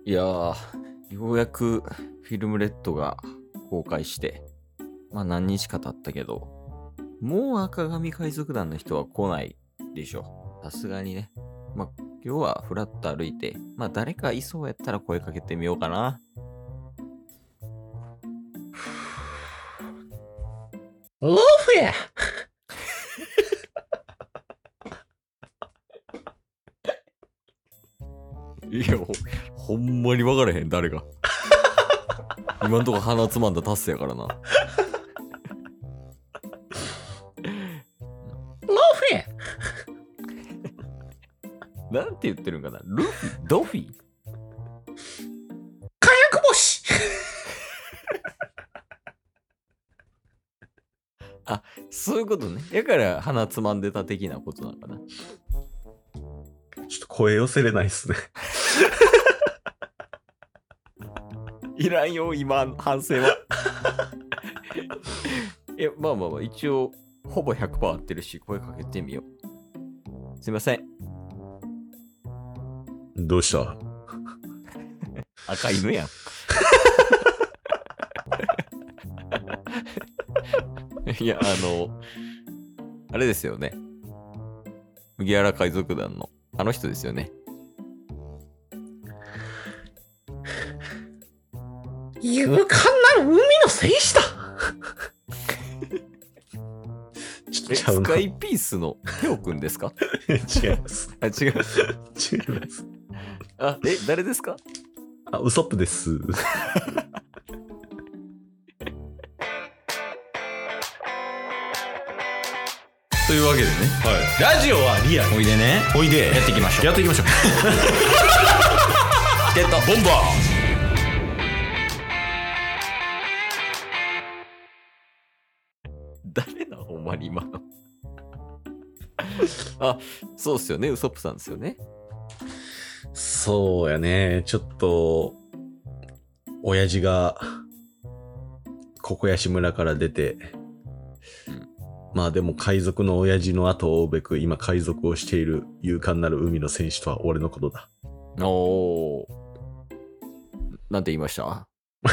いやー、ようやくフィルムレッドが公開して、まあ何日か経ったけど、もう赤髪海賊団の人は来ないでしょ。さすがにね。まあ今日はフラッと歩いて、まあ誰かいそうやったら声かけてみようかな。 オフや。 いや、ほんまに分からへん、誰が。今んとこ鼻つまんだ達成やからな。 オフや。 なんて言ってるんかな、ルフィドフィ火薬星。 そういうことね。やから鼻つまんでた的なことなのかな。 ちょっと声寄せれないっすね。 いらんよ、今、反省は。まあ、一応、ほぼ 100% 合ってるし、声かけてみよう。すいません。 どうした？ 赤犬やん。いや、あれですよね。麦わら海賊団の、あの人ですよね。 勇敢なる海の戦士だ。ちょっとちゃうな。 スカイピースのテオくんですか？ 違います。 あ、違う。 違います。 誰ですか？ あ、ウソップです。 というわけでね。 はい。ラジオはリアル。 おいでね。 おいで。 やっていきましょう。 やっていきましょう。 ゲットボンバー。 誰なほんまに今の。あ、そうっすよね。ウソップさんですよね。 そうやね。ちょっと、親父が、ここやし村から出て、まあでも海賊の親父の後を追うべく今海賊をしている勇敢なる海の戦士とは俺のことだ。 おー。なんて言いました？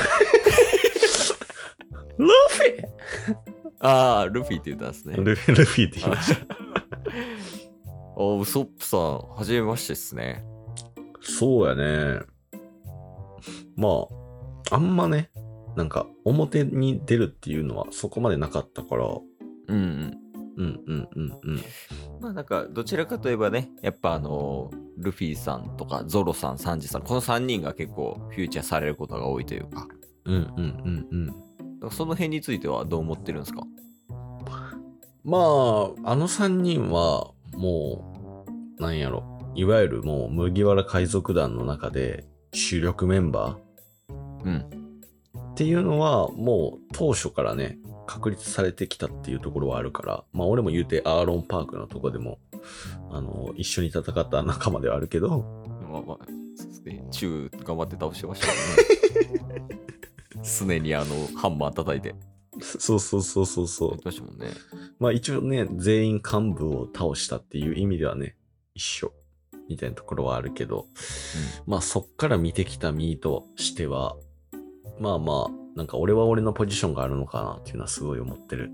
ルフィルフィって言ったんですね。 ルフィって言いました。 ウソップさん、はじめましてっすね。 そうやね。まあ、あんまね、なんか表に出るっていうのはそこまでなかったから、 うんうん。まあなんか、どちらかといえばね、やっぱルフィさんとかゾロさん、サンジさん、この3人が結構フューチャーされることが多いというか。だからその辺についてはどう思ってるんですか？ まあ、あの3人はもう、なんやろ、いわゆるもう麦わら海賊団の中で主力メンバーっていうのはもう当初からね、確立されてきたっていうところはあるから、まあ俺も言うてアーロンパークのとこでも、一緒に戦った仲間ではあるけど、 まあ、そうですね。中頑張って倒してましたよね。常にハンマー叩いて。 そうそうそうそうそやってましたもんね。 まあ一応ね、全員幹部を倒したっていう意味ではね、一緒みたいなところはあるけど、まあそっから見てきた身としては、まあまあ、なんか俺は俺のポジションがあるのかなっていうのはすごい思ってる。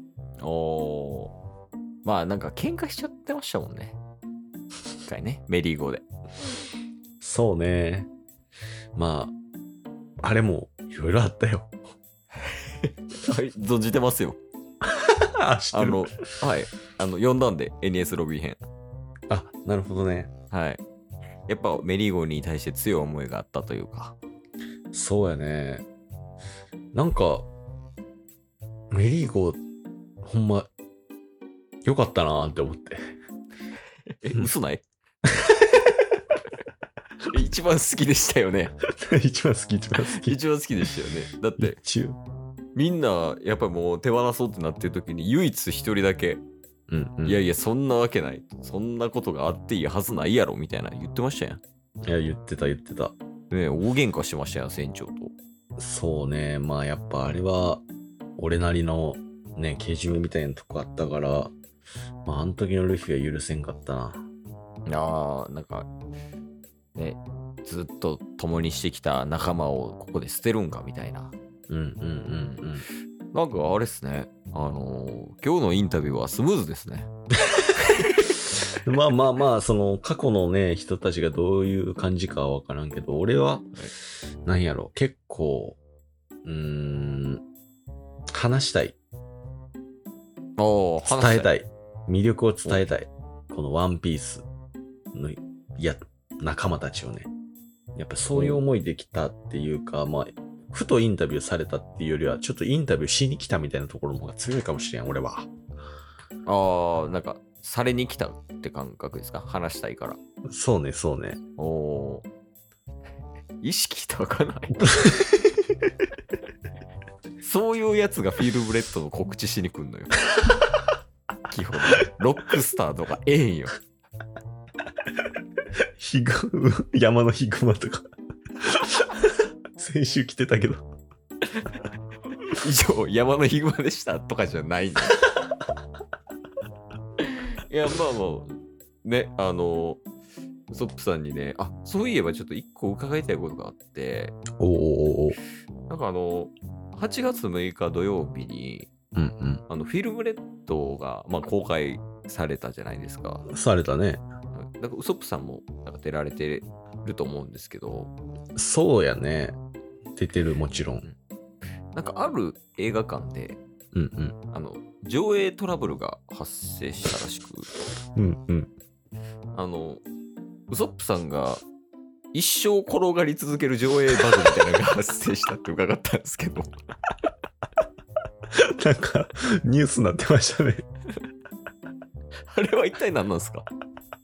まあなんか喧嘩しちゃってましたもんね。一回ね、メリーゴーで。 そうね。まあ、あれもいろいろあったよ。 はい、存じてますよ。 知ってる。 はい。読んだんで、NES ロビー編。 あ、なるほどね。 はい。やっぱメリーゴーに対して強い思いがあったというか。 そうやね。なんか、メリーゴー、ほんま、よかったなーって思って。 嘘ない？一番好きでしたよね。 一番好き。 一番好きでしたよね。だって、みんな、やっぱりもう手放そうってなってる時に、唯一一人だけ、いやいや、そんなわけない。そんなことがあっていいはずないやろ、みたいな言ってましたやん。 いや、言ってた。 ね、大喧嘩してましたよ、船長と。 そうね。まあやっぱあれは、俺なりのね、けじめみたいなとこあったから、まああの時のルフィは許せんかったな。 なんか、ね、 ずっと共にしてきた仲間をここで捨てるんかみたいな。なんかあれっすね。今日のインタビューはスムーズですね。 まあ、その過去のね、人たちがどういう感じかはわからんけど、俺は、なんやろ、結構、話したい。伝えたい。魅力を伝えたい。このワンピースの、仲間たちをね。やっぱそういう思いできたっていうか、まあ、ふとインタビューされたっていうよりは、ちょっとインタビューしに来たみたいなところの方が強いかもしれん、俺は。 なんか、されに来たって感覚ですか？話したいから。 そうね。 意識高かないそういうやつがフィルムレッドの告知しに来んのよ。基本。ロックスターとかええんよ。 山のヒグマとか。先週来てたけど。 以上、山のヒグマでしたとかじゃないんだ。いや、まあね、ウソップさんにね、そういえばちょっと一個伺いたいことがあって、なんか8月6日土曜日に、フィルムレッドが、公開されたじゃないですか。 されたね。 なんかウソップさんもなんか出られてると思うんですけど。 そうやね。出てる、もちろん。 なんかある映画館で、上映トラブルが発生したらしく、ウソップさんが一生転がり続ける上映バグみたいなのが発生したって伺ったんですけど。 なんかニュースになってましたね。 あれは一体何なんですか？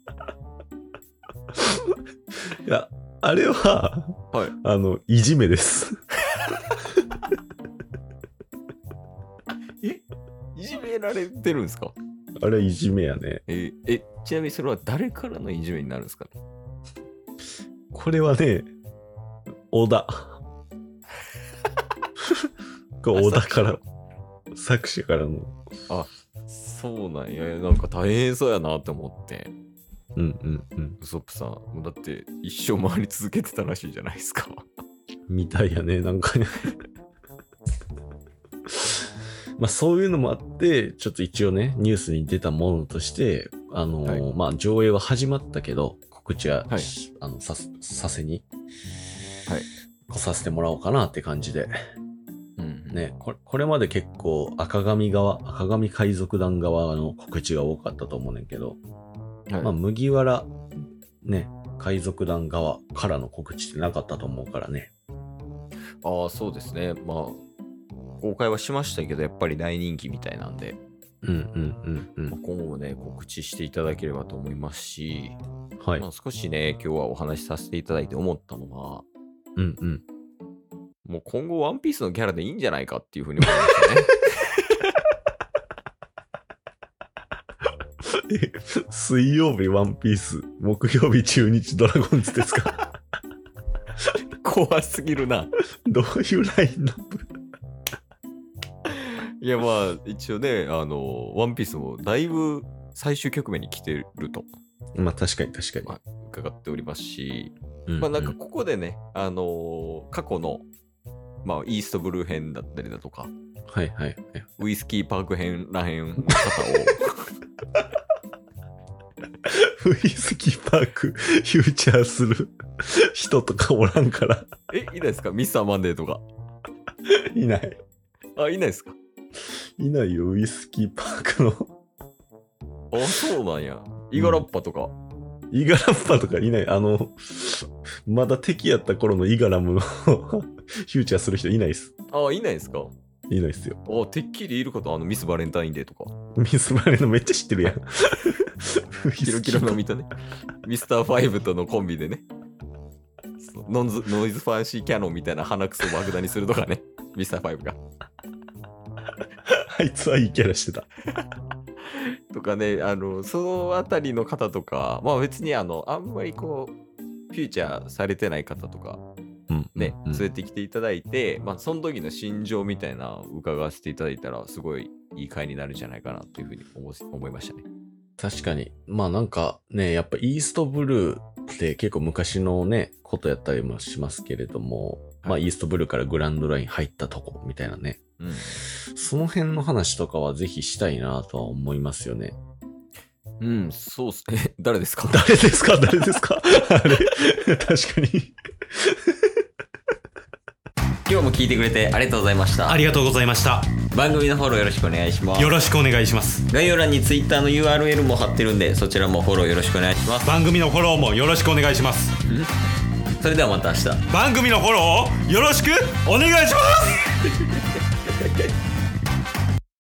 いや、あれは、いじめです。 いじめられてるんですか？ あれはいじめやね。 ちなみにそれは誰からのいじめになるんですかね？ これはね、小田。小田から、作者からの。 そうなんや。なんか大変そうやなって思って。ウソップさん、だって一生回り続けてたらしいじゃないですか。 みたいやね、なんかね。そういうのもあって、ちょっと一応ね、ニュースに出たものとして、上映は始まったけど、告知は、させに、来させてもらおうかなって感じで。ね、これまで結構赤髪海賊団側の告知が多かったと思うねんけど、麦わら、ね、海賊団側からの告知ってなかったと思うからね。 そうですね。公開はしましたけど、やっぱり大人気みたいなんで、今後もね、告知していただければと思いますし、少しね、今日はお話しさせていただいて思ったのは、もう今後ワンピースのキャラでいいんじゃないかっていうふうに思いましたね。 水曜日ワンピース、木曜日中日ドラゴンズですか？ 怖すぎるな。 どういうラインナップ？ いや一応ね、ワンピースもだいぶ最終局面に来てると。 確かに。 伺っておりますし、なんかここでね、過去の、イーストブルー編だったりだとか、ウイスキーパーク編らへんの方を、 ウイスキーパークフューチャーする人とかおらんから。 いないですか？ミスターマンデーとか。 いない。 いないですか？ いないよ、ウイスキーパークの。 そうなんや。イガラッパとか。 イガラッパとかいない。まだ敵やった頃のイガラムのフューチャーする人いないっす。 いないですか？ いないっすよ。 てっきりいること、ミスバレンタインデーとか。 ミスバレンのめっちゃ知ってるやん。 キロキロのみとね。ミスター5とのコンビでね。ノイズファンシーキャノンみたいな鼻くそを爆弾にするとかね。ミスター5が。 あいつはいいキャラしてた。 とかね、そのあたりの方とか、別にあんまりこう、フューチャーされてない方とか、ね、連れてきていただいて、その時の心情みたいな伺わせていただいたら、すごいいい回になるんじゃないかなというふうに思いましたね。 確かに。なんかね、やっぱイーストブルーって結構昔のね、ことやったりもしますけれども、まあイーストブルーからグランドライン入ったとこみたいなね。その辺の話とかはぜひしたいなとは思いますよね。 そうっすね。誰ですか誰ですかあれ確かに。 今日も聞いてくれてありがとうございました。 ありがとうございました。 番組のフォローよろしくお願いします。 よろしくお願いします。 概要欄に Twitter の URL も貼ってるんで、そちらもフォローよろしくお願いします。 番組のフォローもよろしくお願いします。 それではまた明日。 番組のフォローをよろしくお願いします